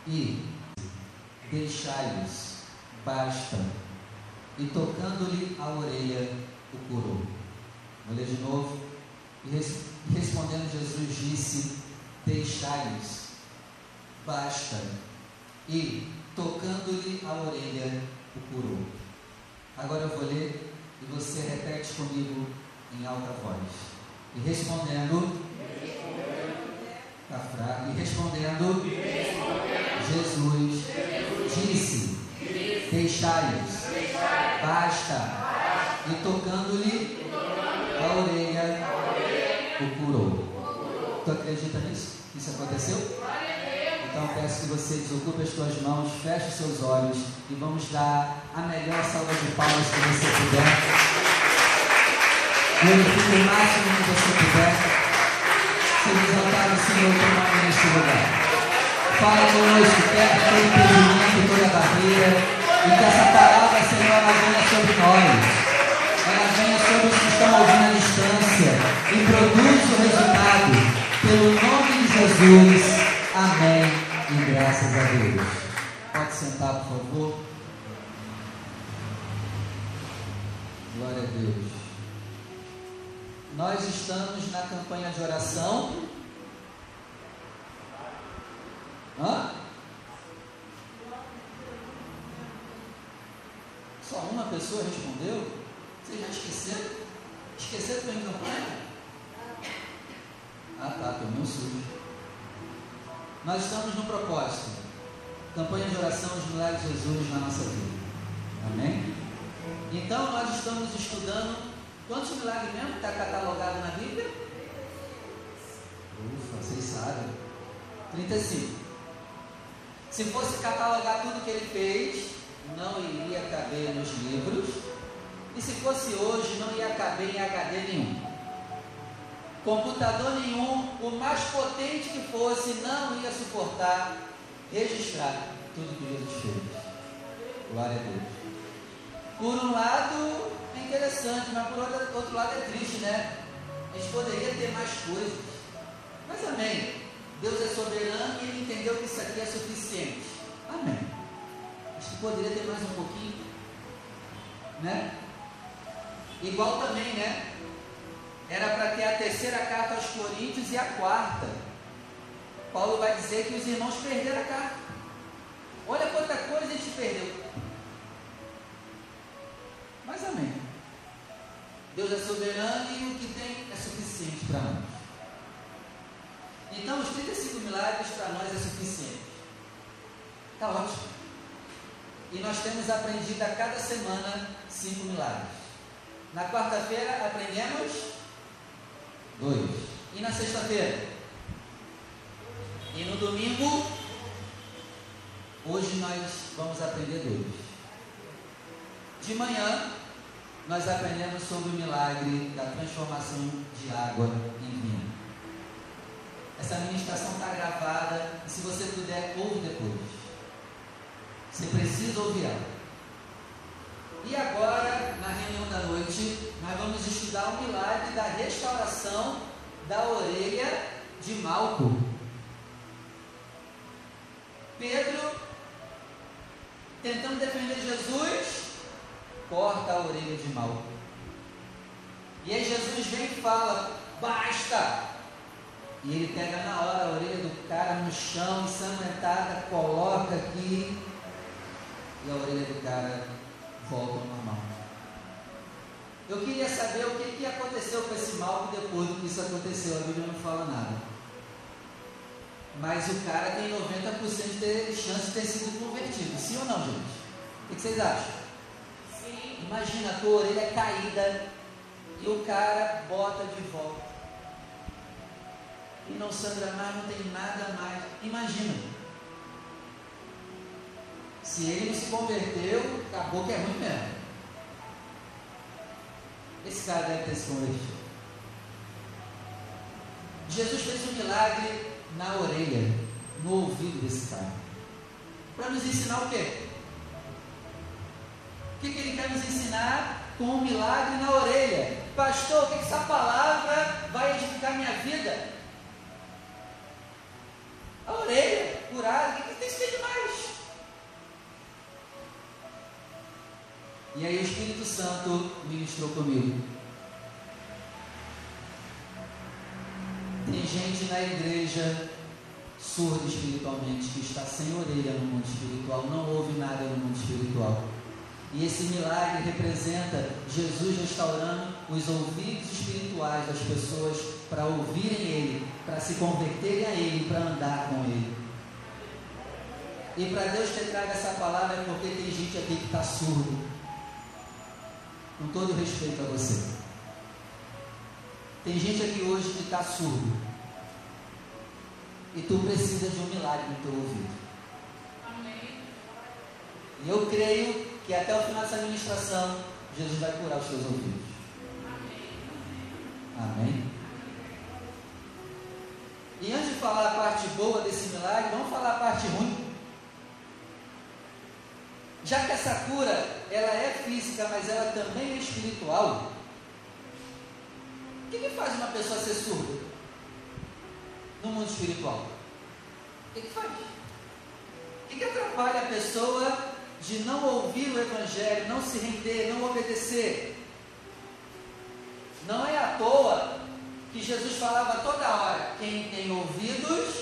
e deixai-os, basta. E tocando-lhe a orelha, o curou. Vou ler de novo. E respondendo Jesus disse: deixai-os, basta. E tocando-lhe a orelha, o curou. Agora eu vou ler e você repete comigo em alta voz. E respondendo, está fraco. E respondendo, Jesus disse: deixai-os, basta. E tocando-lhe a orelha, o curou. Tu acredita nisso? Isso aconteceu? Então peço que você desocupe as suas mãos, feche os seus olhos e vamos dar a melhor salva de palmas que você puder. Glorifique o máximo que você puder. Seja exaltado o Senhor teu nome neste lugar. Fala conosco, quebra todo impedimento, toda barreira, e que essa palavra, Senhor, ela venha sobre nós. Ela venha sobre os que estão ouvindo à distância e produz o resultado. Pelo nome de Jesus. Amém. E graças a Deus. Pode sentar, por favor. Glória a Deus. Nós estamos na campanha de oração. Só uma pessoa respondeu? Vocês já esqueceram? Esqueceram que eu em campanha? Ah tá, tomei um sujo. Nós estamos no propósito. Campanha de oração dos milagres de Jesus na nossa vida. Amém? Então nós estamos estudando. Quantos milagres mesmo está catalogado na Bíblia? Ufa, vocês sabem. 35. Se fosse catalogar tudo que ele fez, não iria caber nos livros. E se fosse hoje, não ia caber em HD nenhum. Computador nenhum, o mais potente que fosse, não ia suportar registrar tudo que Jesus fez. Glória a Deus. Por um lado é interessante, mas por outro lado é triste, né? A gente poderia ter mais coisas. Mas amém. Deus é soberano e Ele entendeu que isso aqui é suficiente. Amém. Acho que poderia ter mais um pouquinho, né? Igual também, né? Era para ter a terceira carta aos Coríntios e a quarta. Paulo vai dizer que os irmãos perderam a carta. Olha quanta coisa a gente perdeu. Mas amém. Deus é soberano e o que tem é suficiente para nós. Então os 35 milagres para nós é suficiente. Está ótimo. E nós temos aprendido a cada semana 5 milagres. Na quarta-feira aprendemos 2. E na sexta-feira? E no domingo? Hoje nós vamos aprender 2. De manhã, nós aprendemos sobre o milagre da transformação de água em vinho. Essa ministração está gravada e se você puder, ouve depois. Você precisa ouvir ela. E agora, na reunião da noite, nós vamos estudar o milagre da restauração da orelha de Malco. Pedro, tentando defender Jesus, corta a orelha de Malco. E aí Jesus vem e fala: basta! E ele pega na hora a orelha do cara no chão, ensangrentada, coloca aqui, e a orelha do cara volta ao normal. Eu queria saber o que aconteceu com esse Malco depois do que isso aconteceu. A Bíblia não fala nada. Mas o cara tem 90% de chance de ter sido convertido. Sim ou não, gente? O que vocês acham? Sim. Imagina, a tua orelha é caída e o cara bota de volta. E não sangra mais, não tem nada mais. Imagina. Se ele não se converteu, acabou que é ruim mesmo. Esse cara deve ter se convertido. Jesus fez um milagre na orelha, no ouvido desse cara. Para nos ensinar o quê? O que ele quer nos ensinar com um milagre na orelha? Pastor, o que essa palavra vai edificar minha vida? A orelha curada, o que tem isso de E aí o Espírito Santo ministrou comigo. Tem gente na igreja surda espiritualmente, que está sem orelha no mundo espiritual, não ouve nada no mundo espiritual. E esse milagre representa Jesus restaurando os ouvidos espirituais das pessoas para ouvirem Ele, para se converterem a Ele, para andar com Ele. E para Deus ter trago essa palavra é porque tem gente aqui que está surdo. Com todo respeito a você. Tem gente aqui hoje que está surdo. E tu precisa de um milagre no teu ouvido. Amém. E eu creio que até o final dessa ministração, Jesus vai curar os teus ouvidos. Amém. Amém. E antes de falar a parte boa desse milagre, vamos falar a parte ruim. Já que essa cura, ela é física, mas ela também é espiritual. O que faz uma pessoa ser surda no mundo espiritual? O que faz? O que atrapalha a pessoa de não ouvir o Evangelho, não se render, não obedecer? Não é à toa que Jesus falava toda hora: quem tem ouvidos.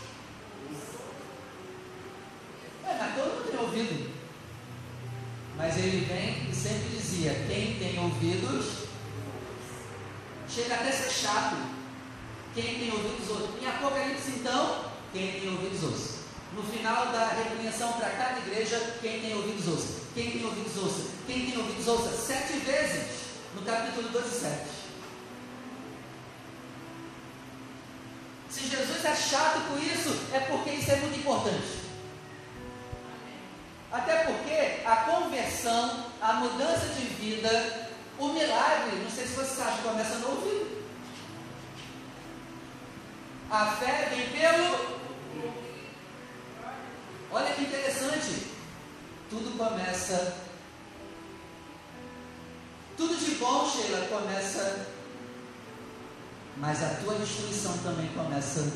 Mas todo mundo tem ouvido. Mas ele vem e sempre dizia: quem tem ouvidos. Chega até a ser chato. Quem tem ouvidos ouça. Em Apocalipse, então, quem tem ouvidos ouça. No final da repreensão para cada igreja, quem tem ouvidos ouça. Quem tem ouvidos ouça. Quem tem ouvidos ouça. 7 vezes no capítulo 2 e 7. Se Jesus é chato com isso, é porque isso é muito importante. Até porque a conversão, a mudança de vida, o milagre, não sei se você sabe, começa no ouvido. A fé vem pelo. Olha que interessante. Tudo começa. Tudo de bom, Sheila, começa. Mas a tua destruição também começa.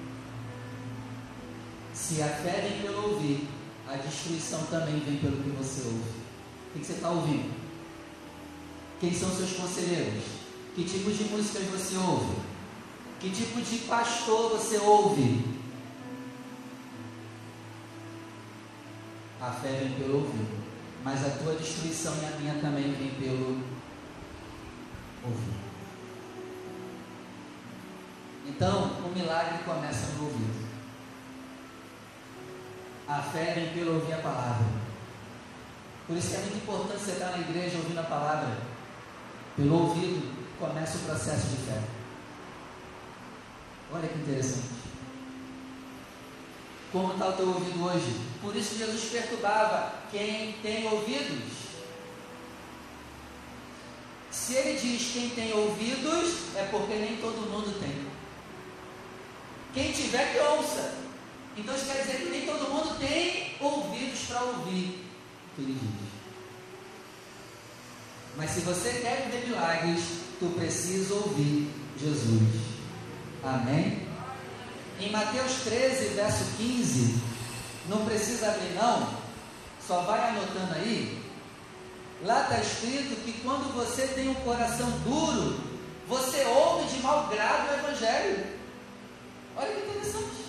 Se a fé vem pelo ouvir, a destruição também vem pelo que você ouve. O que você está ouvindo? Quem são seus conselheiros? Que tipo de músicas você ouve? Que tipo de pastor você ouve? A fé vem pelo ouvir, mas a tua destruição e a minha também vem pelo ouvir. Então, o milagre começa no ouvido. A fé vem pelo ouvir a palavra. Por isso que é muito importante você estar na igreja ouvindo a palavra. Pelo ouvido começa o processo de fé. Olha que interessante. Como está o teu ouvido hoje? Por isso Jesus perturbava quem tem ouvidos. Se ele diz quem tem ouvidos, é porque nem todo mundo tem. Quem tiver que ouça. Então isso quer dizer que nem todo mundo tem ouvidos para ouvir o que ele diz. Mas se você quer ver milagres, tu precisa ouvir Jesus. Amém? Em Mateus 13, verso 15, não precisa abrir não, só vai anotando aí. Lá está escrito que quando você tem um coração duro, você ouve de mau grado o Evangelho. Olha que interessante.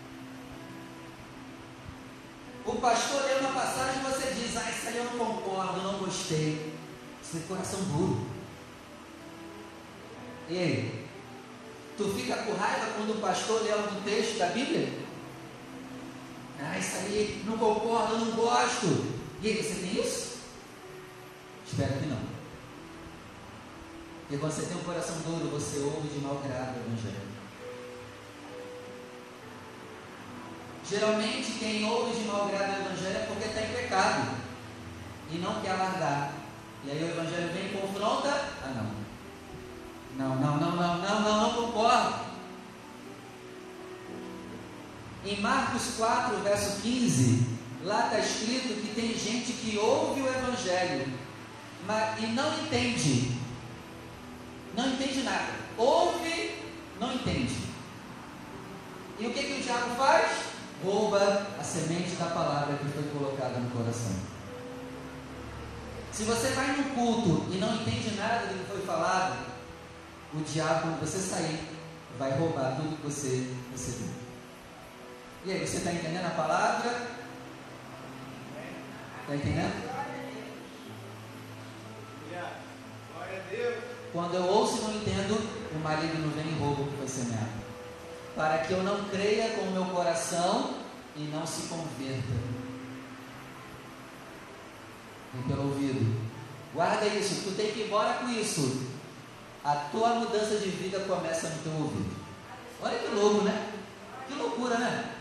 O pastor lê uma passagem e você diz: ah, isso aí eu não concordo, não gostei. Você tem coração duro. E aí? Tu fica com raiva quando o pastor lê algum texto da Bíblia? Ah, isso aí não concordo, não gosto. E aí, você tem isso? Espero que não. Porque quando você tem um coração duro, você ouve de mau grado o Evangelho. Geralmente quem ouve de mau grado o Evangelho é porque está em pecado e não quer largar. E aí o Evangelho vem e confronta. Ah, não. Não concordo. Em Marcos 4, verso 15, lá está escrito que tem gente que ouve o Evangelho e não entende. Não entende nada. Ouve, não entende. E o que o diabo faz? Rouba a semente da palavra que foi colocada no coração. Se você vai num culto e não entende nada do que foi falado, o diabo, quando você sair, vai roubar tudo que você recebeu. E aí, você está entendendo a palavra? Está entendendo? Glória a Deus. Quando eu ouço e não entendo, o maligno vem e rouba o que foi semeado, para que eu não creia com o meu coração e não se converta. Vem pelo ouvido. Guarda isso, tu tem que ir embora com isso. A tua mudança de vida começa no teu ouvido. Olha que louco, né? Que loucura, né?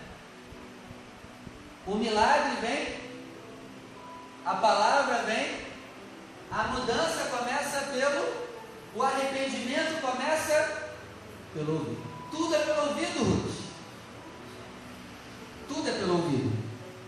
O milagre vem, a palavra vem, a mudança começa o arrependimento começa pelo ouvido. Tudo é pelo ouvido, Ruth. Tudo é pelo ouvido.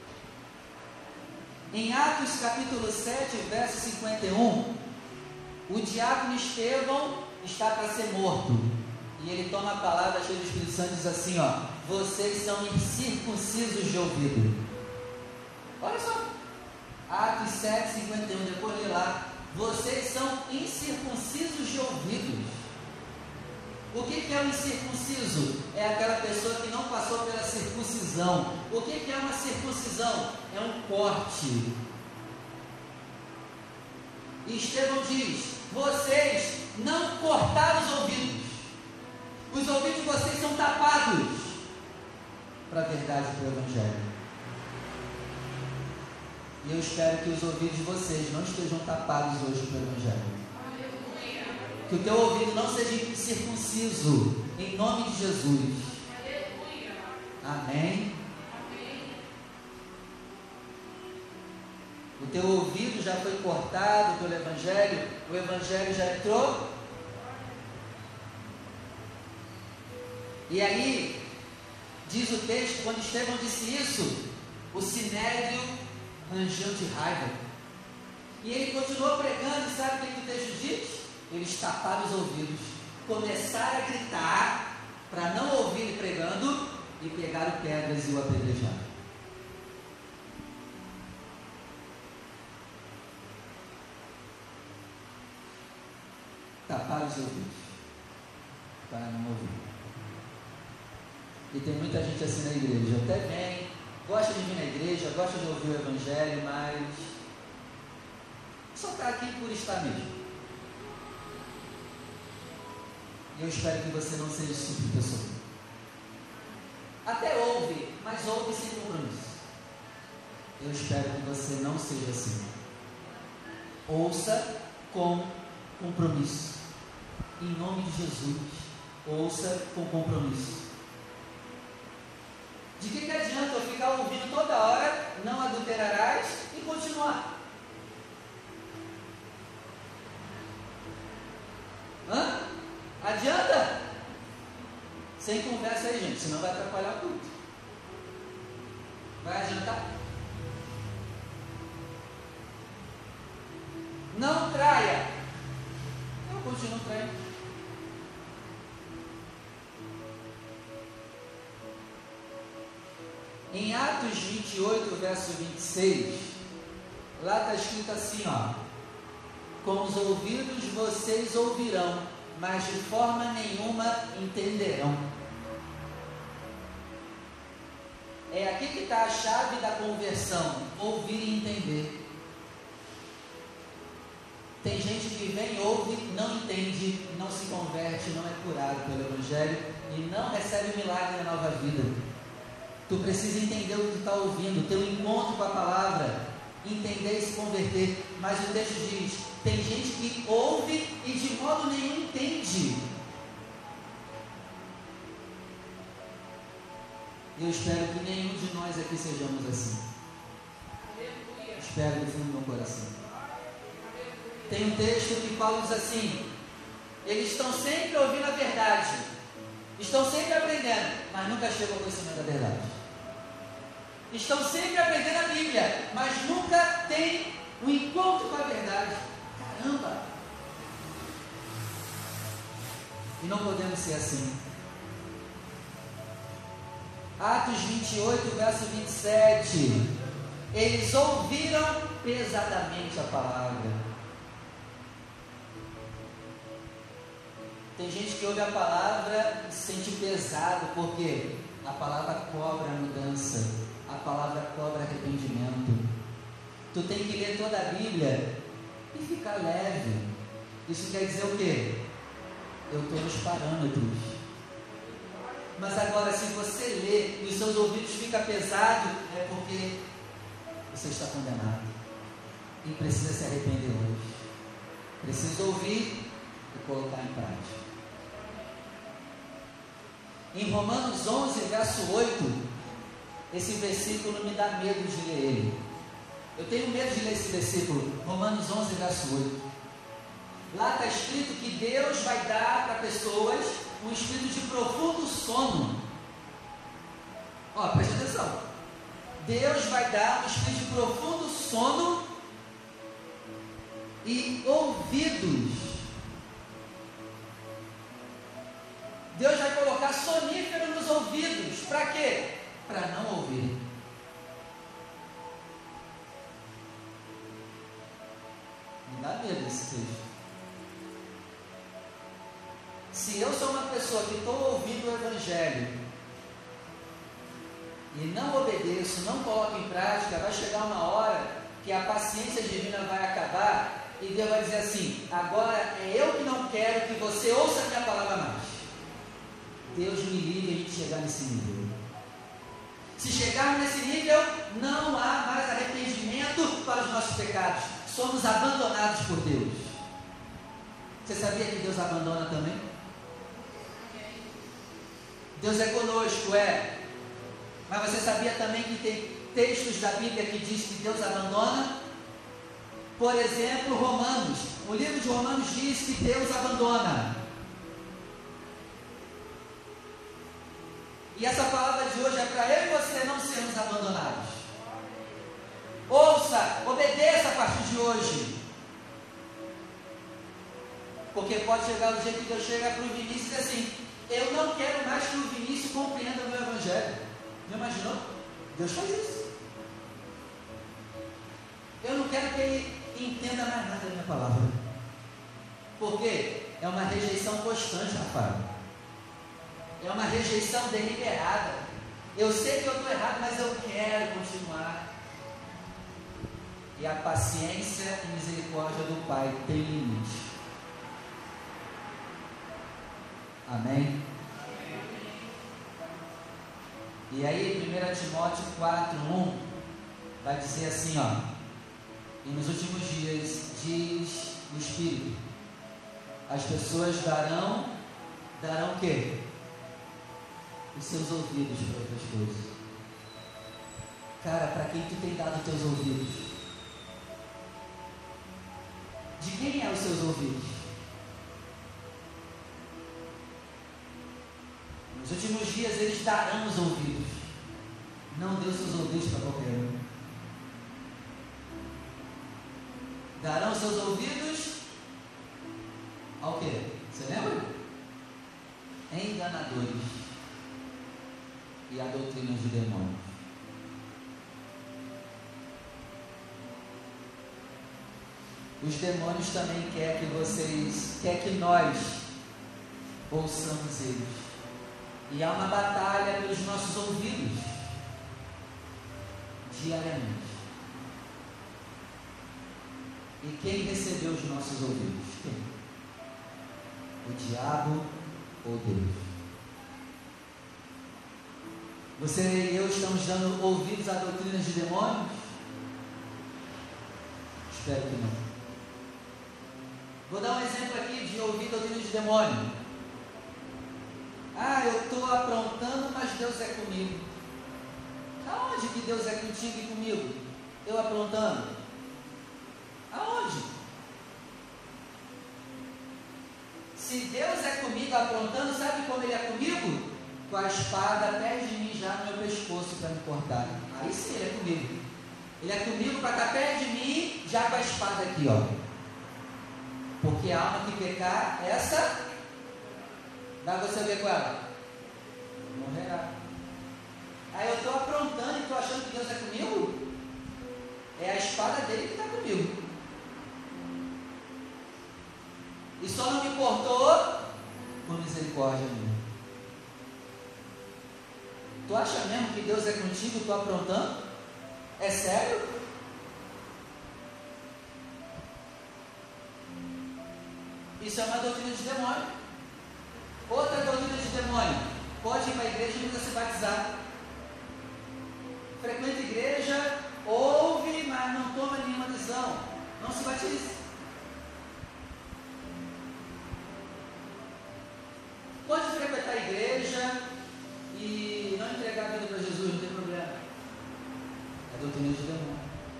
Em Atos capítulo 7, verso 51, o diácono Estevão está para ser morto. E ele toma a palavra cheia do Espírito Santo e diz assim, ó: vocês são incircuncisos de ouvido. Olha só, Atos 7, 51, depois lê lá. Vocês são incircuncisos de ouvidos. O que é um incircunciso? É aquela pessoa que não passou pela circuncisão. O que é uma circuncisão? É um corte. E Estevão diz: vocês não cortaram os ouvidos. Os ouvidos de vocês são tapados para a verdade do Evangelho. E eu espero que os ouvidos de vocês não estejam tapados hoje para o Evangelho. Que o teu ouvido não seja circunciso, em nome de Jesus. Amém? O teu ouvido já foi cortado pelo Evangelho, o Evangelho já entrou. E aí, diz o texto, quando Estevão disse isso, o sinédrio rangeu de raiva. E ele continuou pregando, e sabe o que o texto diz? Eles taparam os ouvidos, começaram a gritar para não ouvir ele pregando e pegaram pedras e o apedrejaram. Taparam os ouvidos para não ouvir. E tem muita gente assim na igreja, até vem, gosta de vir na igreja, gosta de ouvir o Evangelho, mas só está aqui por estar mesmo. E eu espero que você não seja esse tipo de pessoa. Até ouve, mas ouve sem compromisso. Eu espero que você não seja assim. Ouça com compromisso. Em nome de Jesus, ouça com compromisso. De que adianta eu ficar ouvindo toda hora, não adulterarás, e continuar? Hã? Adianta? Sem conversa aí, gente, senão vai atrapalhar tudo. Vai adiantar? Não traia. Eu continuo traindo. Em Atos 28, verso 26, lá está escrito assim, ó: com os ouvidos vocês ouvirão, mas de forma nenhuma entenderão. É aqui que está a chave da conversão: ouvir e entender. Tem gente que vem, ouve, não entende, não se converte, não é curado pelo Evangelho e não recebe o milagre da nova vida. Tu precisa entender o que tu está ouvindo, ter um encontro com a palavra, entender e se converter. Mas o texto diz: tem gente que ouve e de modo nenhum entende. Eu espero que nenhum de nós aqui sejamos assim. Espero do fundo do meu coração. Tem um texto que Paulo diz assim: eles estão sempre ouvindo a verdade, estão sempre aprendendo, mas nunca chegam ao conhecimento da verdade. Estão sempre aprendendo a Bíblia, mas nunca tem um encontro com a verdade. Caramba! E não podemos ser assim. Atos 28, verso 27. Eles ouviram pesadamente a palavra. Tem gente que ouve a palavra e se sente pesado, porque a palavra cobra a mudança, a palavra cobra arrependimento. Tu tem que ler toda a Bíblia e ficar leve. Isso quer dizer o quê? Eu estou nos parâmetros. Mas agora, se você lê e os seus ouvidos ficam pesados, é porque você está condenado e precisa se arrepender hoje. Precisa ouvir e colocar em prática. Em Romanos 11, verso 8, esse versículo me dá medo de ler ele. Eu tenho medo de ler esse versículo, Romanos 11, verso 8. Lá está escrito que Deus vai dar para pessoas um espírito de profundo sono. Ó, preste atenção. Deus vai dar um espírito de profundo sono e ouvidos. Deus vai colocar sonífero nos ouvidos. Para quê? Para não ouvir. Me dá medo esse texto. Se eu sou uma pessoa que estou ouvindo o Evangelho e não obedeço, não coloco em prática, vai chegar uma hora que a paciência divina vai acabar e Deus vai dizer assim: agora é eu que não quero que você ouça a minha palavra mais. Deus me livre a gente chegar nesse nível. Se chegarmos nesse nível, não há mais arrependimento para os nossos pecados. Somos abandonados por Deus. Você sabia que Deus abandona também? Deus é conosco, é. Mas você sabia também que tem textos da Bíblia que diz que Deus abandona? Por exemplo, Romanos. O livro de Romanos diz que Deus abandona. E essa palavra de hoje é para eu e você não sermos abandonados. Ouça, obedeça a partir de hoje. Porque pode chegar o dia que Deus chega para o Vinícius e diz assim: eu não quero mais que o Vinícius compreenda o meu Evangelho. Já imaginou? Deus faz isso. Eu não quero que ele entenda mais nada da minha palavra. Porque é uma rejeição constante, Rafael. É uma rejeição deliberada. Eu sei que eu estou errado, mas eu quero continuar. E a paciência e misericórdia do Pai tem limite. Amém? E aí, 1 Timóteo 4:1 vai dizer assim, ó: e nos últimos dias, diz o Espírito, as pessoas darão o quê? Os seus ouvidos para outras coisas. Cara, para quem tu tem dado os teus ouvidos? De quem é os seus ouvidos? Nos últimos dias eles darão os ouvidos. Não dê os seus ouvidos para qualquer um. Darão os seus ouvidos ao quê? Você lembra? Enganadores e a doutrina de demônios. Os demônios também querem que nós ouçamos eles. E há uma batalha pelos nossos ouvidos diariamente. E quem recebeu os nossos ouvidos? Quem? O diabo ou Deus? Você e eu estamos dando ouvidos a doutrinas de demônios? Espero que não. Vou dar um exemplo aqui de ouvir doutrina de demônio. Ah, eu estou aprontando, mas Deus é comigo. Aonde que Deus é contigo e comigo? Eu aprontando? Aonde? Se Deus é comigo aprontando, sabe como Ele é comigo? Com a espada perto de mim já no meu pescoço para me cortar. Aí sim Ele é comigo. Ele é comigo para estar perto de mim, já com a espada aqui, ó. Porque a alma que pecar, essa, vai você ver com ela? Morrerá. Aí eu estou aprontando e estou achando que Deus é comigo? É a espada dele que está comigo. E só não me cortou por misericórdia minha. Tu acha mesmo que Deus é contigo, tu aprontando? É sério? Isso é uma doutrina de demônio. Outra doutrina de demônio: pode ir para a igreja e nunca se batizar. Frequenta a igreja, ouve, mas não toma nenhuma decisão. Não se batize. Pode frequentar a igreja e não entregar a vida para Jesus, não tem problema. É doutrina de demônio.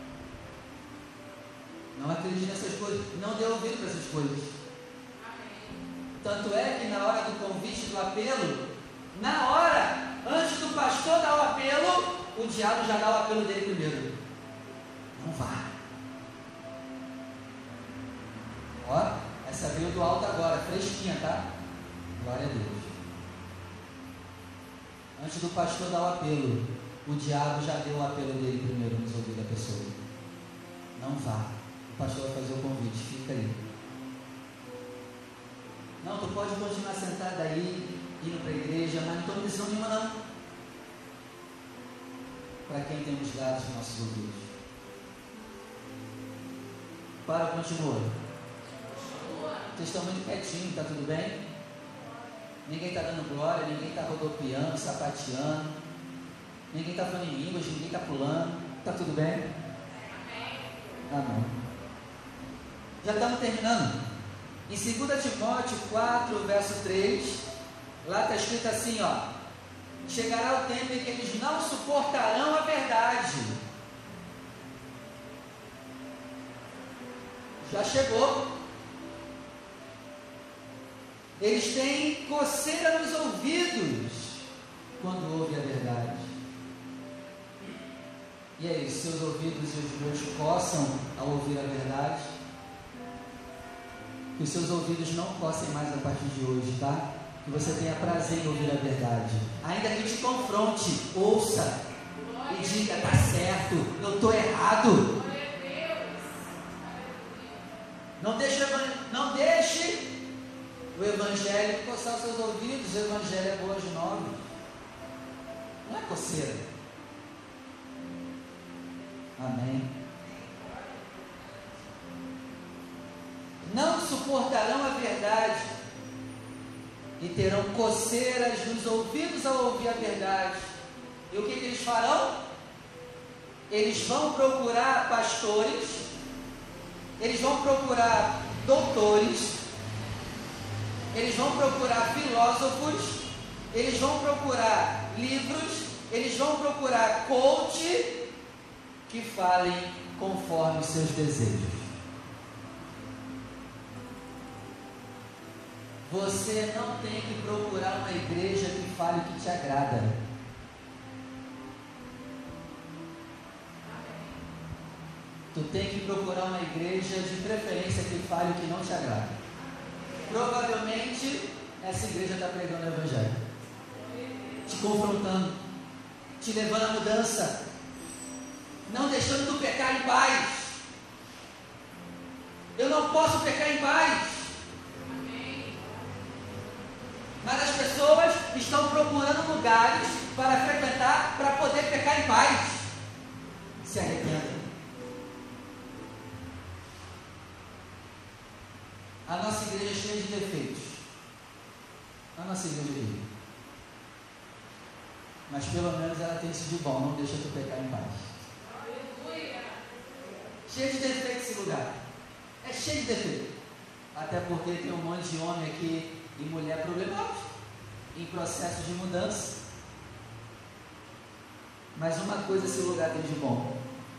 Não acredite nessas coisas. Não dê ouvido para essas coisas. Tanto é que na hora do convite, do apelo, na hora, antes do pastor dar o apelo, o diabo já dá o apelo dele primeiro. Não vá. Ó, essa veio do alto agora, fresquinha, tá? Glória a Deus. Antes do pastor dar o apelo, o diabo já deu o apelo dele primeiro nos ouvidos da pessoa. Não vá. O pastor vai fazer o convite, fica aí. Não, tu pode continuar sentado aí, indo para a igreja, mas não toma decisão nenhuma não. Para quem temos dados nos nossos ouvidos. Para, continua. Vocês estão muito quietinhos, está tudo bem? Ninguém está dando glória, ninguém está rodopiando, sapateando, ninguém está falando em línguas, ninguém está pulando. Está tudo bem? Amém. Já estamos terminando. Em 2 Timóteo 4, verso 3, lá está escrito assim, ó: chegará o tempo em que eles não suportarão a verdade. Já chegou. Eles têm coceira nos ouvidos quando ouvem a verdade. E aí, seus ouvidos e os meus coçam ao ouvir a verdade? Que os seus ouvidos não coçem mais a partir de hoje, tá? Que você tenha prazer em ouvir a verdade. Ainda que te confronte, ouça e diga: tá certo, eu estou errado. Não deixe o evangelho coçar os seus ouvidos. O evangelho é boas novas, não é coceira. Amém. Não suportarão a verdade e terão coceiras nos ouvidos ao ouvir a verdade. E o que eles farão? Eles vão procurar pastores, eles vão procurar doutores, eles vão procurar filósofos, eles vão procurar livros, eles vão procurar coach que falem conforme os seus desejos. Você não tem que procurar uma igreja que fale o que te agrada. Tu tem que procurar uma igreja de preferência que fale o que não te agrada. Provavelmente essa igreja está pregando o evangelho, te confrontando, te levando à mudança, não deixando tu pecar em paz. Eu não posso pecar em paz. Mas as pessoas estão procurando lugares para frequentar, para poder pecar em paz. Se arrependa. A nossa igreja é cheia de defeitos. A nossa igreja é viva. Mas pelo menos ela tem isso de bom, não deixa tu pecar em paz. Cheio de defeitos esse lugar. É cheio de defeitos. Até porque tem um monte de homem aqui e mulher problemática, em processo de mudança. Mas uma coisa esse lugar tem de bom: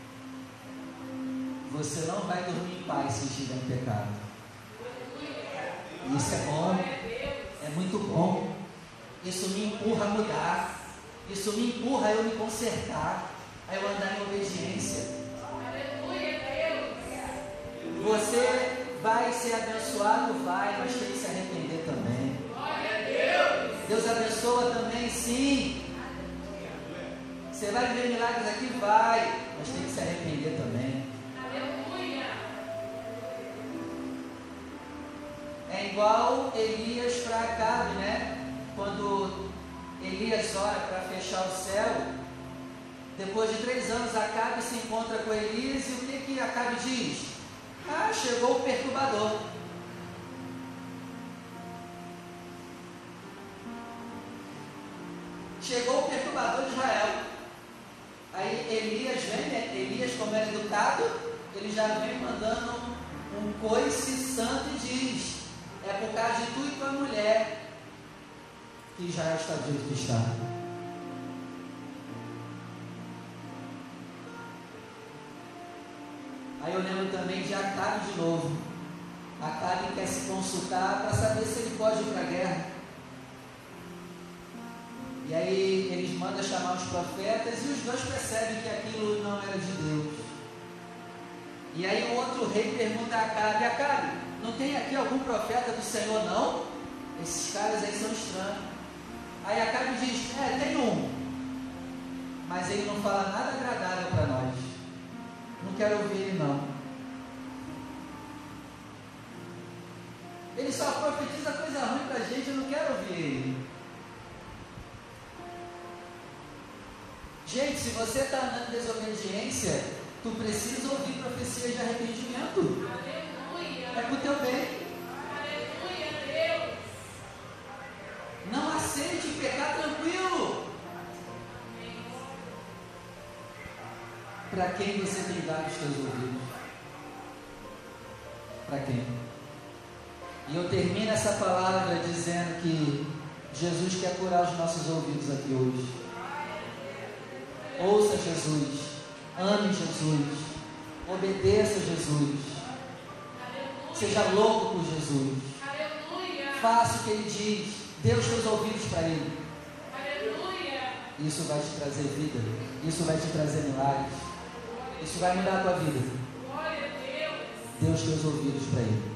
você não vai dormir em paz se estiver em pecado. Isso é bom, é muito bom. Isso me empurra a mudar, isso me empurra a eu me consertar, a eu andar em obediência. Você vai ser abençoado? Vai, mas tem que se arrepender também. Deus abençoa também, sim. Você vai ver milagres aqui? Vai, mas tem que se arrepender também. Aleluia. É igual Elias para Acabe, né? Quando Elias ora para fechar o céu, depois de 3 anos Acabe se encontra com Elias e o que Acabe diz? Ah, chegou o perturbador. Chegou o perturbador de Israel. Aí Elias vem, né? Elias, como é educado, ele já vem mandando um coice santo e diz: é por causa de tu e tua mulher que Israel está do jeito que está. Aí eu lembro também de Acabe de novo. Acabe quer se consultar para saber se ele pode ir para a guerra. E aí eles mandam chamar os profetas e os dois percebem que aquilo não era de Deus. E aí o outro rei pergunta a Acabe: Acabe, não tem aqui algum profeta do Senhor não? Esses caras aí são estranhos. Aí Acabe diz: tem um, mas ele não fala nada agradável para nós. Não quero ouvir ele não. Ele só profetiza coisa ruim para a gente, eu não quero ouvir ele. Gente, se você está andando em desobediência, tu precisa ouvir profecias de arrependimento. Aleluia. É para o teu bem. Aleluia, Deus. Não aceite pecar tranquilo. Para quem você tem dado os teus ouvidos? Para quem? E eu termino essa palavra dizendo que Jesus quer curar os nossos ouvidos aqui hoje. Ouça Jesus, ame Jesus, obedeça Jesus, seja louco por Jesus, faça o que Ele diz, dê os teus ouvidos para Ele. Isso vai te trazer vida, isso vai te trazer milagres, isso vai mudar a tua vida. Dê os teus ouvidos para Ele.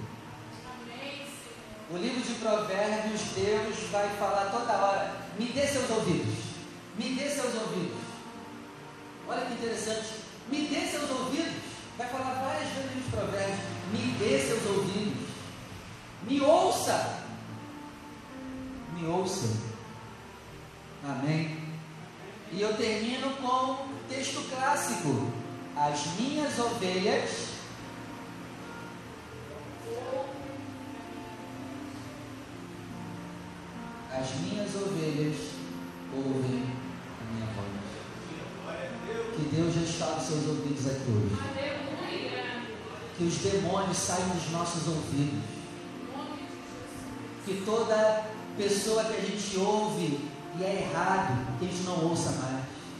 O livro de Provérbios, Deus vai falar toda hora: me dê seus ouvidos, me dê seus ouvidos. Olha que interessante, me dê seus ouvidos. Vai falar várias vezes nos Provérbios: me dê seus ouvidos, me ouça, me ouça. Amém. E eu termino com um texto clássico: as minhas ovelhas ouvem a minha voz. Que Deus restaure seus ouvidos aqui hoje. Que os demônios saiam dos nossos ouvidos. Que toda pessoa que a gente ouve e é errado, que a gente não ouça mais.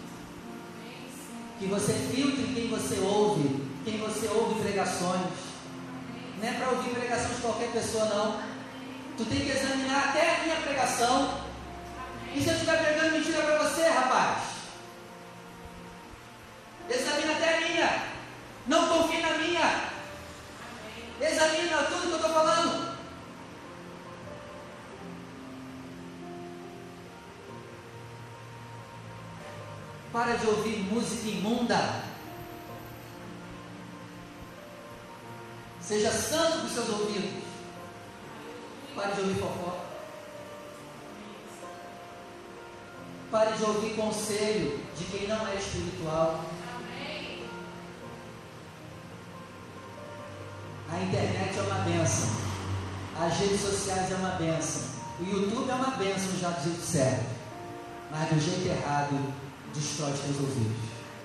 Que você filtre quem você ouve pregações. Não é para ouvir pregação de qualquer pessoa, não. Tu tem que examinar até a minha pregação. E se eu estiver pregando mentira para você, rapaz? Examina até a minha. Não confie na minha. Examina tudo que eu estou falando. Para de ouvir música imunda. Seja santo com seus ouvidos. Pare de ouvir fofoca. Pare de ouvir conselho de quem não é espiritual. A internet é uma bênção. As redes sociais é uma bênção. O YouTube é uma bênção já do jeito certo. Mas do jeito errado, destrói os teus ouvidos.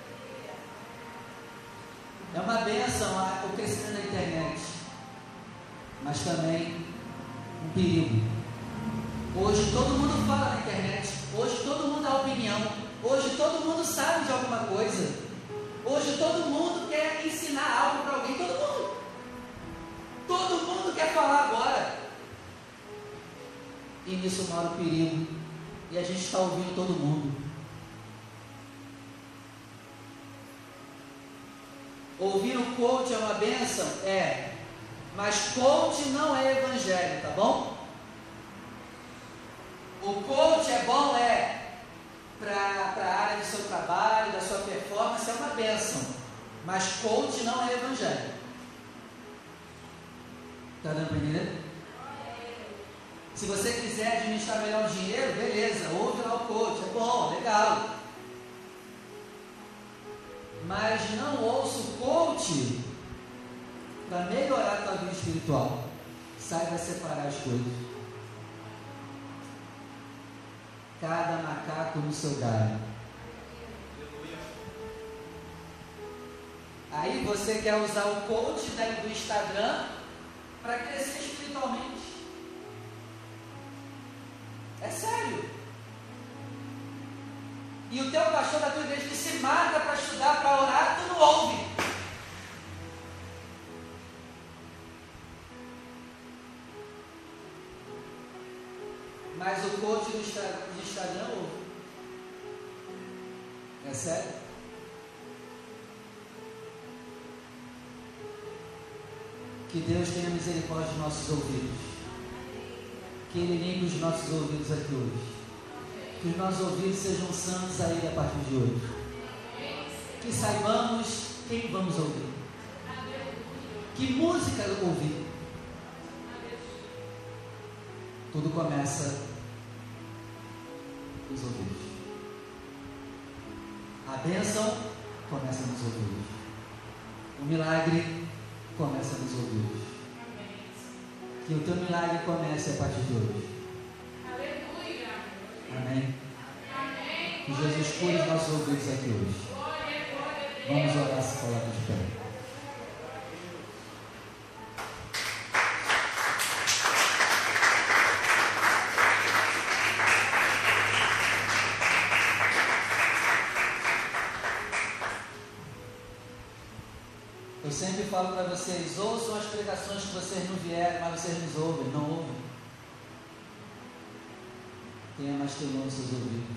É uma bênção o crescimento da internet. Mas também um perigo. Hoje todo mundo fala na internet. Hoje todo mundo dá opinião. Hoje todo mundo sabe de alguma coisa. Hoje todo mundo quer ensinar algo para alguém. Todo mundo. Todo mundo quer falar agora. E nisso mora o perigo. E a gente está ouvindo todo mundo. Ouvir o coach é uma bênção? É. Mas coach não é evangelho, tá bom? O coach é bom, é. para a área do seu trabalho, da sua performance, é uma bênção. Mas coach não é evangelho. Está dando para entender? Se você quiser administrar melhor o dinheiro, beleza, ouve lá o coach, é bom, legal. Mas não ouça o coach para melhorar a tua vida espiritual. Saiba separar as coisas. Cada macaco no seu galho. Aí você quer usar o coach do Instagram para crescer espiritualmente. É sério. E o teu pastor da tua igreja que se mata para estudar, para orar, tu não ouve. Mas o coach do Instagram ouve. É sério? Que Deus tenha misericórdia dos nossos ouvidos. Que Ele limpe os nossos ouvidos aqui hoje. Que os nossos ouvidos sejam santos a Ele a partir de hoje. Que saibamos quem vamos ouvir. Que música ouvir. Tudo começa nos ouvidos. A bênção começa nos ouvidos. O milagre começa nos ouvidos. Que o teu milagre comece a partir de hoje. Aleluia. Amém. Amém. Que Jesus cure os nossos ouvidos aqui hoje. Vamos orar se coloca de pé. Eu sempre falo para vocês, ouçam as pregações que vocês não vieram, mas vocês nos ouvem, não ouvem. Tenha mais temor nos seus ouvidos.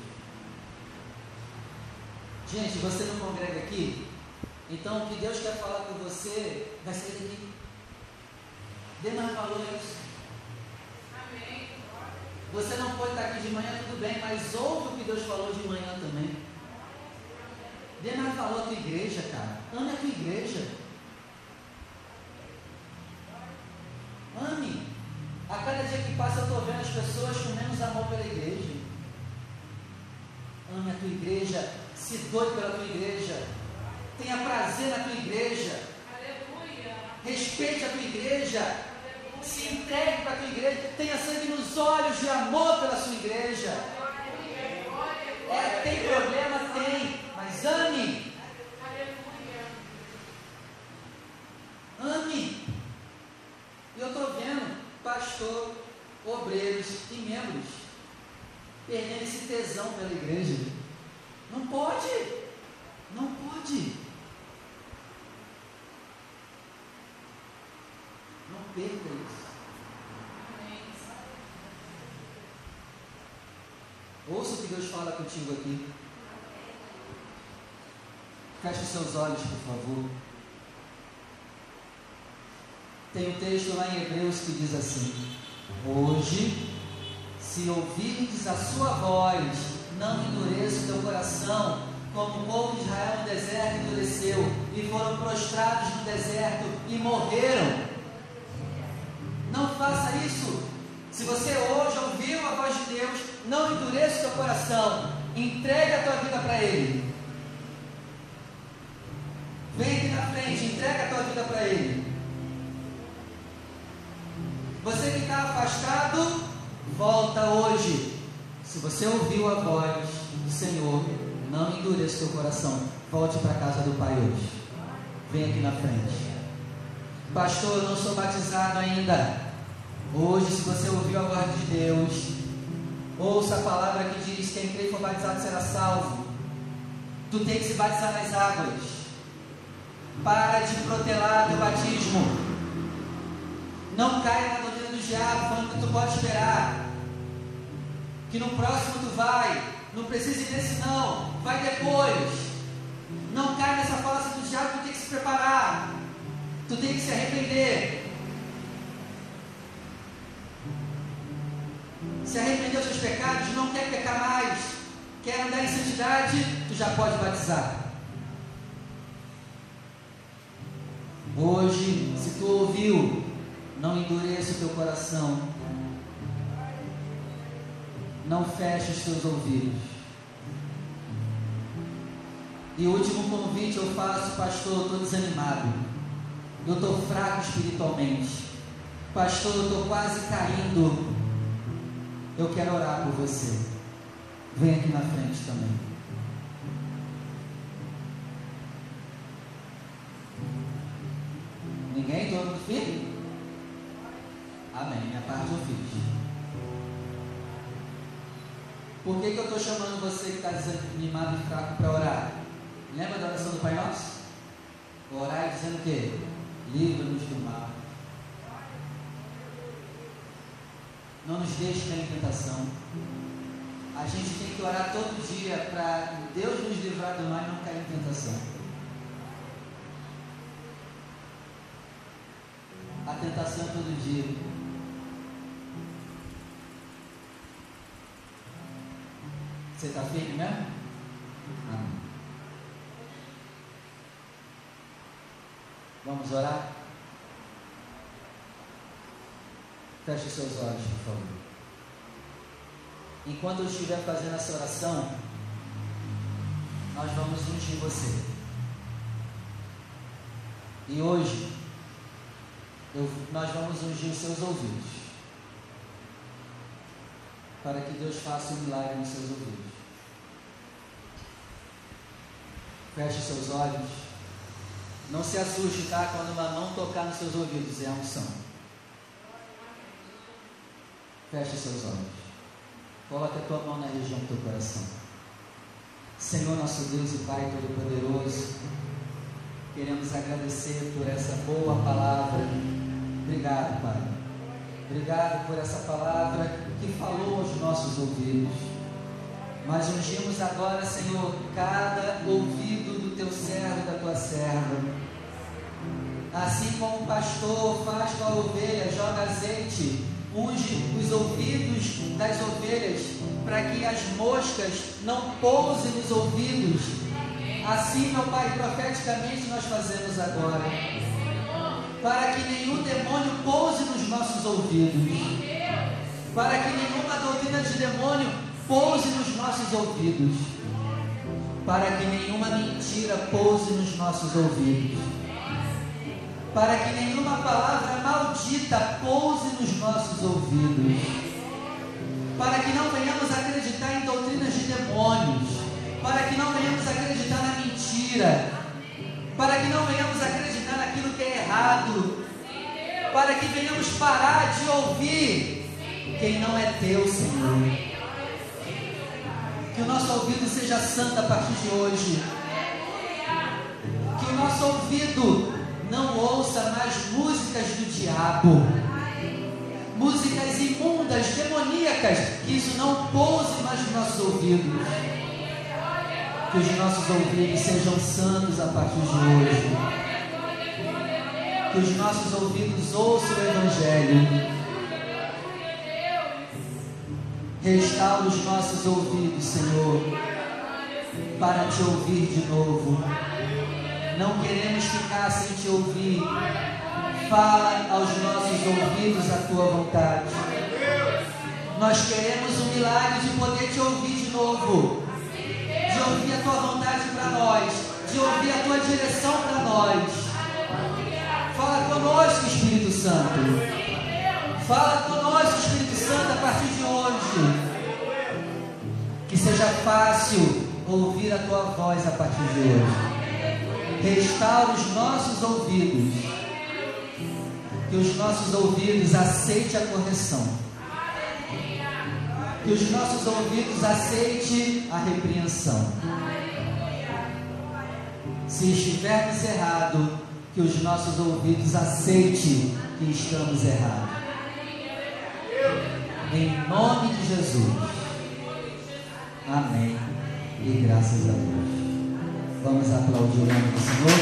Gente, você não congrega aqui? Então o que Deus quer falar com você vai ser daqui. Dê mais valor a isso. Amém. Você não pode estar aqui de manhã, tudo bem, mas ouve o que Deus falou de manhã também. Dê mais valor à tua igreja, cara. Ame a tua igreja. Ame. A cada dia que passa eu estou vendo as pessoas com menos amor pela igreja. Ame a tua igreja. Se doe pela tua igreja. Tenha prazer na tua igreja. Aleluia. Respeite a tua igreja. Aleluia. Se entregue para a tua igreja. Tenha sangue nos olhos de amor pela sua igreja. Tem problema? Tem. Mas ame. Ame. E eu estou vendo pastor, obreiros e membros perdendo esse tesão pela igreja. Não pode. Não pode. Não perca isso. Ouça o que Deus fala contigo aqui. Feche os seus olhos, por favor. Tem um texto lá em Hebreus que diz assim: hoje, se ouvirdes a sua voz, não endureça o teu coração, como o povo de Israel no deserto endureceu, e foram prostrados no deserto e morreram. Não faça isso. Se você hoje ouviu a voz de Deus, não endureça o teu coração. Entregue a tua vida para Ele. Vem aqui na frente, entrega a tua vida para Ele. Você que está afastado, volta hoje. Se você ouviu a voz do Senhor, não endureça o teu coração. Volte para a casa do Pai hoje. Vem aqui na frente. Pastor, eu não sou batizado ainda. Hoje, se você ouviu a voz de Deus, ouça a palavra que diz: quem crê e for batizado será salvo. Tu tem que se batizar nas águas. Para de protelar teu batismo. Não caia na doutrina do diabo, falando que tu pode esperar, que no próximo tu vai. Não precisa ir nesse não, vai depois. Não caia nessa falácia do diabo. Tu tem que se preparar. Tu tem que se arrepender. Se arrepender dos seus pecados, não quer pecar mais, Quer andar em santidade? Tu já pode batizar. Hoje, se tu ouviu, não endureça o teu coração. Não feche os teus ouvidos. E o último convite eu faço, pastor, eu estou desanimado. Eu estou fraco espiritualmente. Pastor, eu estou quase caindo. Eu quero orar por você. Vem aqui na frente também. Ninguém? Todo mundo firme? Amém. Minha parte eu fiz. Por que eu estou chamando você que está desanimado e fraco para orar? Lembra da oração do Pai Nosso? Orar dizendo o quê? Livra-nos do mal. Não nos deixe cair em tentação. A gente tem que orar todo dia para Deus nos livrar do mal e não cair em tentação. A tentação é todo dia. Você está firme mesmo? Amém. Vamos orar? Feche seus olhos, por favor. Enquanto eu estiver fazendo essa oração, nós vamos ungir você. E hoje, nós vamos ungir os seus ouvidos, para que Deus faça um milagre nos seus ouvidos. Feche seus olhos. Não se assuste, tá? Quando uma mão tocar nos seus ouvidos, é a unção. Feche seus olhos. Coloque a tua mão na região do teu coração. Senhor, nosso Deus e Pai Todo-Poderoso, queremos agradecer por essa boa palavra. Obrigado, Pai. Obrigado por essa palavra que falou aos nossos ouvidos. Nós ungimos agora, Senhor, cada ouvido do teu servo e da tua serva. Assim como o pastor faz com a ovelha, joga azeite, unge os ouvidos das ovelhas, para que as moscas não pousem nos ouvidos. Assim, meu Pai, profeticamente nós fazemos agora, para que nenhum demônio pouse nos nossos ouvidos, para que nenhuma doutrina de demônio pouse nos nossos ouvidos, para que nenhuma mentira pouse nos nossos ouvidos, para que nenhuma palavra maldita pouse nos nossos ouvidos, para que não venhamos acreditar em doutrinas de demônios, para que não venhamos acreditar na mentira, para que não venhamos acreditar naquilo que é errado, para que venhamos parar de ouvir quem não é teu, Senhor. Que o nosso ouvido seja santo a partir de hoje, que o nosso ouvido não ouça mais músicas do diabo, músicas imundas, demoníacas, que isso não pouse mais nos nossos ouvidos. Que os nossos ouvidos sejam santos a partir de hoje. Que os nossos ouvidos ouçam o Evangelho. Restaura os nossos ouvidos, Senhor, para te ouvir de novo. Não queremos ficar sem te ouvir. Fala aos nossos ouvidos a tua vontade. Nós queremos um milagre de poder te ouvir de novo, de ouvir a tua vontade para nós, de ouvir a tua direção para nós. Fala conosco, Espírito Santo. Fala conosco, Espírito Santo, a partir de hoje. Que seja fácil ouvir a tua voz a partir de hoje. Restaura os nossos ouvidos. Que os nossos ouvidos aceitem a correção. Que os nossos ouvidos aceitem a repreensão. Se estivermos errados, que os nossos ouvidos aceitem que estamos errados. Em nome de Jesus. Amém. E graças a Deus. Vamos aplaudir o nome do Senhor.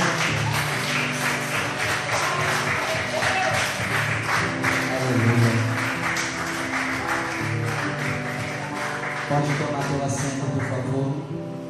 Aleluia. Pode tomar teu assento, por favor. favor.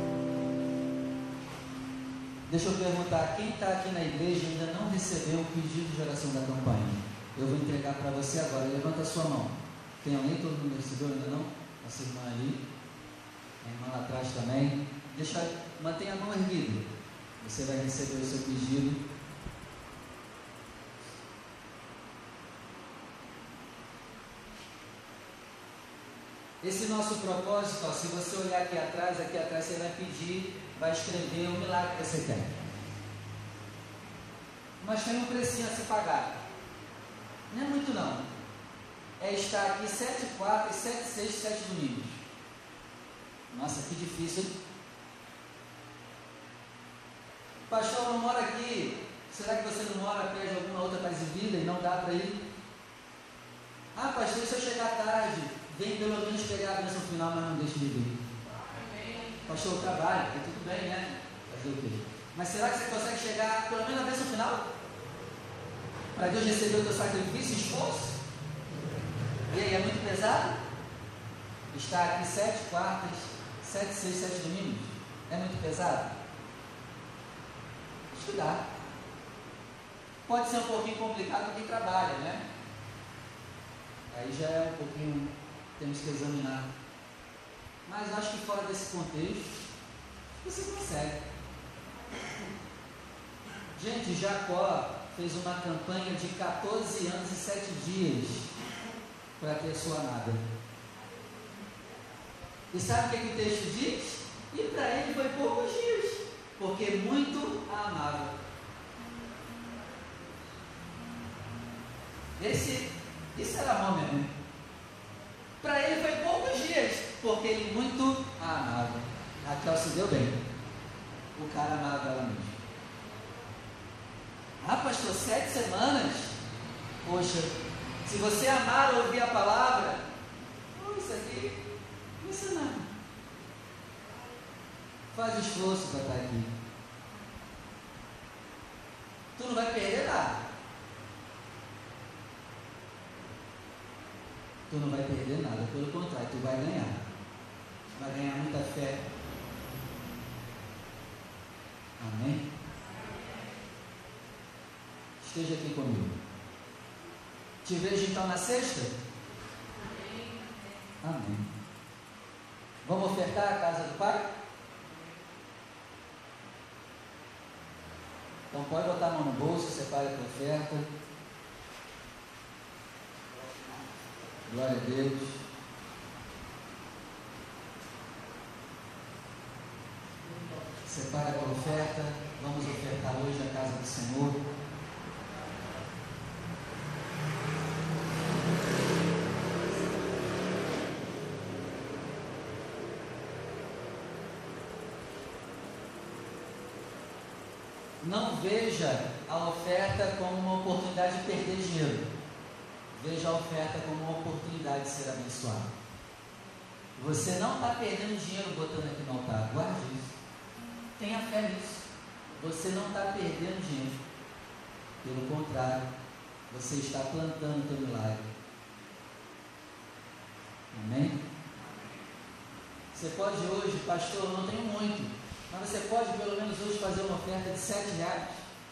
Deixa eu perguntar, quem está aqui na igreja e ainda não recebeu o pedido de oração da campanha? Eu vou entregar para você agora. Levanta a sua mão. Tem alguém? Todo mundo recebeu? Ainda não? Essa irmã ali. A irmã lá atrás também. Mantenha a mão erguida. Você vai receber o seu pedido. Esse nosso propósito, ó, se você olhar aqui atrás você vai pedir, vai escrever o milagre que você quer. Mas tem um precinho a se pagar. Não é muito não. É estar aqui 7 quartas, 7 sextas, 7 domingos. Nossa, que difícil, hein? Pastor, não mora aqui. Será que você não mora perto de alguma outra paz e vida e não dá para ir? Ah, pastor, se eu chegar tarde, vem pelo menos pegar a bênção final, mas não deixe de vir. Pastor, eu trabalho, é tudo bem, né? Fazer o quê? Mas será que você consegue chegar pelo menos na bênção final? Para Deus receber o teu sacrifício e esforço? E aí, é muito pesado? Estar aqui 7 quartas, 7, 6, 7 domingos? É muito pesado? Estudar. Pode ser um pouquinho complicado para quem trabalha, né? Aí já é um pouquinho, temos que examinar. Mas eu acho que fora desse contexto, você consegue. Gente, Jacó fez uma campanha de 14 anos e 7 dias para ter sua amada. E sabe o que o texto diz? E para ele foi poucos dias, porque muito a amava. Isso era amor mesmo. Para ele foi poucos dias, porque ele muito a amava. Raquel se deu bem. O cara amava ela mesmo. Ah, pastor, 7 semanas? Poxa, se você amar ouvir a palavra, isso aqui não é nada. Faz esforço para estar aqui. Tu não vai perder nada. Tu não vai perder nada, pelo contrário, tu vai ganhar. Vai ganhar muita fé. Amém? Esteja aqui comigo. Te vejo então na sexta? Amém. Vamos ofertar a casa do Pai? Então pode botar a mão no bolso, separe a tua oferta. Glória a Deus. Separa a tua oferta. Vamos ofertar hoje a casa do Senhor. Não veja a oferta como uma oportunidade de perder dinheiro. Veja a oferta como uma oportunidade de ser abençoado. Você não está perdendo dinheiro botando aqui no altar. Guarde isso. Tenha fé nisso. Você não está perdendo dinheiro. Pelo contrário, você está plantando o teu milagre. Amém? Você pode hoje, pastor, eu não tenho muito, mas você pode pelo menos hoje fazer uma oferta de R$7.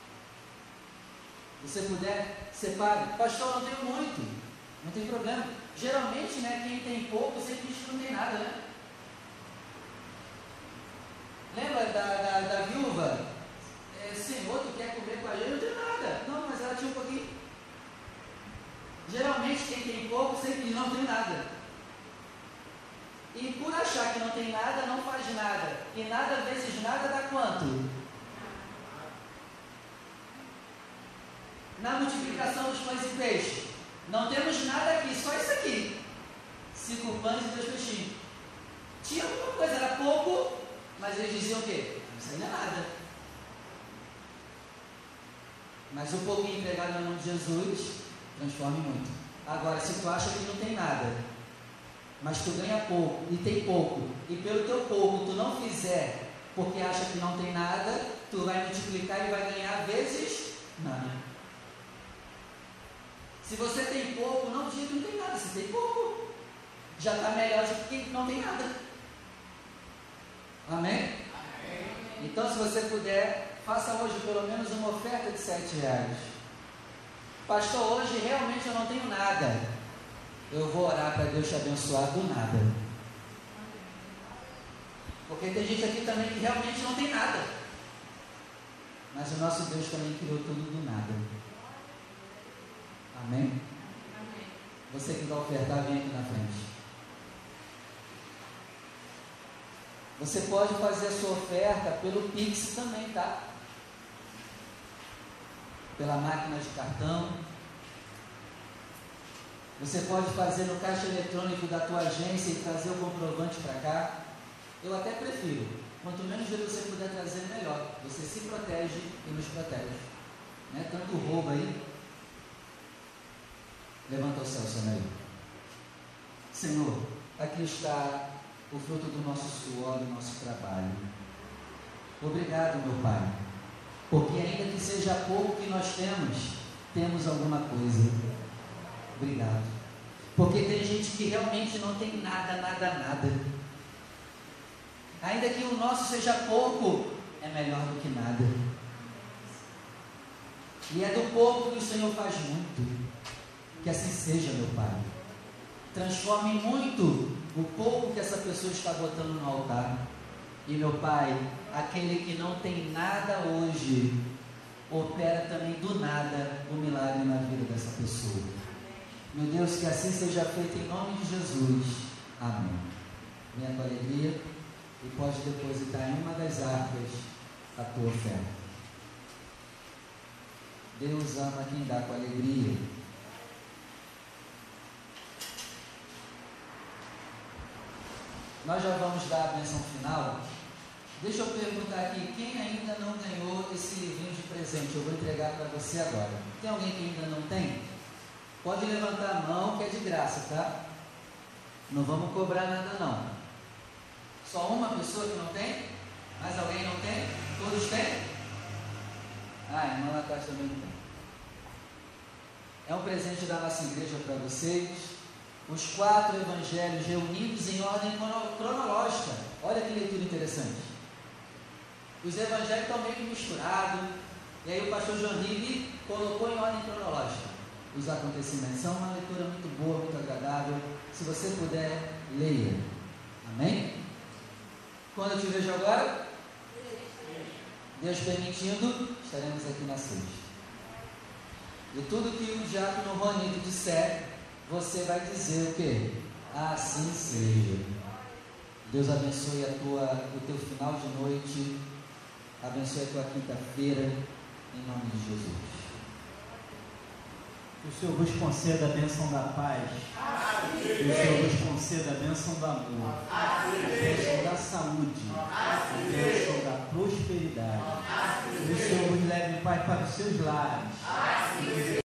Se você puder, separe. Pastor, eu não tenho muito, não tem problema. Geralmente, né, quem tem pouco sempre diz que não tem nada, né? Lembra da viúva? Senhor, tu quer comer com a gente? Eu não tenho nada. Não, mas ela tinha um pouquinho. Geralmente quem tem pouco sempre diz não tem nada. E por achar que não tem nada, não faz nada. E nada vezes nada dá quanto? Na multiplicação dos pães e peixes, não temos nada aqui, só isso aqui. 5 pães e 2 peixinhos. Tinha alguma coisa, era pouco, mas eles diziam o quê? Isso aí não é nada. Mas o pouquinho entregado na mão de Jesus transforma em muito. Agora, se tu acha que não tem nada, mas tu ganha pouco e tem pouco, e pelo teu pouco tu não fizer porque acha que não tem nada, tu vai multiplicar e vai ganhar vezes nada. Se você tem pouco, não diga que não tem nada. Se tem pouco, já está melhor do que quem não tem nada. Amém? Então, se você puder, faça hoje pelo menos uma oferta de R$7. Pastor, hoje realmente eu não tenho nada. Eu vou orar para Deus te abençoar do nada. Porque tem gente aqui também que realmente não tem nada. Mas o nosso Deus também criou tudo do nada. Amém? Você que vai ofertar, vem aqui na frente. Você pode fazer a sua oferta pelo Pix também, tá? Pela máquina de cartão. Você pode fazer no caixa eletrônico da tua agência e trazer o comprovante para cá. Eu até prefiro. Quanto menos dinheiro você puder trazer, melhor. Você se protege e nos protege. Não é tanto roubo aí. Levanta o céu, Senhor. Senhor, aqui está o fruto do nosso suor, do nosso trabalho. Obrigado, meu Pai, porque ainda que seja pouco que nós temos alguma coisa. Obrigado, porque tem gente que realmente não tem nada. Ainda que o nosso seja pouco, é melhor do que nada. E é do pouco que o Senhor faz muito. Que assim seja, meu Pai. Transforme muito o pouco que essa pessoa está botando no altar. E, meu Pai, aquele que não tem nada hoje, opera também do nada o milagre na vida dessa pessoa. Meu Deus, que assim seja feito em nome de Jesus. Amém. Venha com alegria e pode depositar em uma das arcas a tua oferta. Deus ama quem dá com alegria. Nós já vamos dar a bênção final. Deixa eu perguntar aqui, quem ainda não ganhou esse livrinho de presente? Eu vou entregar para você agora. Tem alguém que ainda não tem? Pode levantar a mão, que é de graça, tá? Não vamos cobrar nada não. Só uma pessoa que não tem? Mais alguém não tem? Todos têm? Ah, a irmã lá atrás também não tem. É um presente da nossa igreja para vocês. Os 4 evangelhos reunidos em ordem cronológica. Olha que leitura interessante. Os evangelhos estão meio que misturados. E aí o pastor João Ribe colocou em ordem cronológica os acontecimentos. São uma leitura muito boa, muito agradável. Se você puder, leia. Amém? Quando eu te vejo agora? Deus permitindo, estaremos aqui na sexta. E tudo que o diácono Ronito disser, você vai dizer o quê? Assim seja. Deus abençoe o teu final de noite. Abençoe a tua quinta-feira. Em nome de Jesus. Que o Senhor vos conceda a bênção da paz. Que o Senhor vos conceda a bênção do amor. A bênção da saúde. A bênção da prosperidade. Que o Senhor vos leve em paz para os seus lares.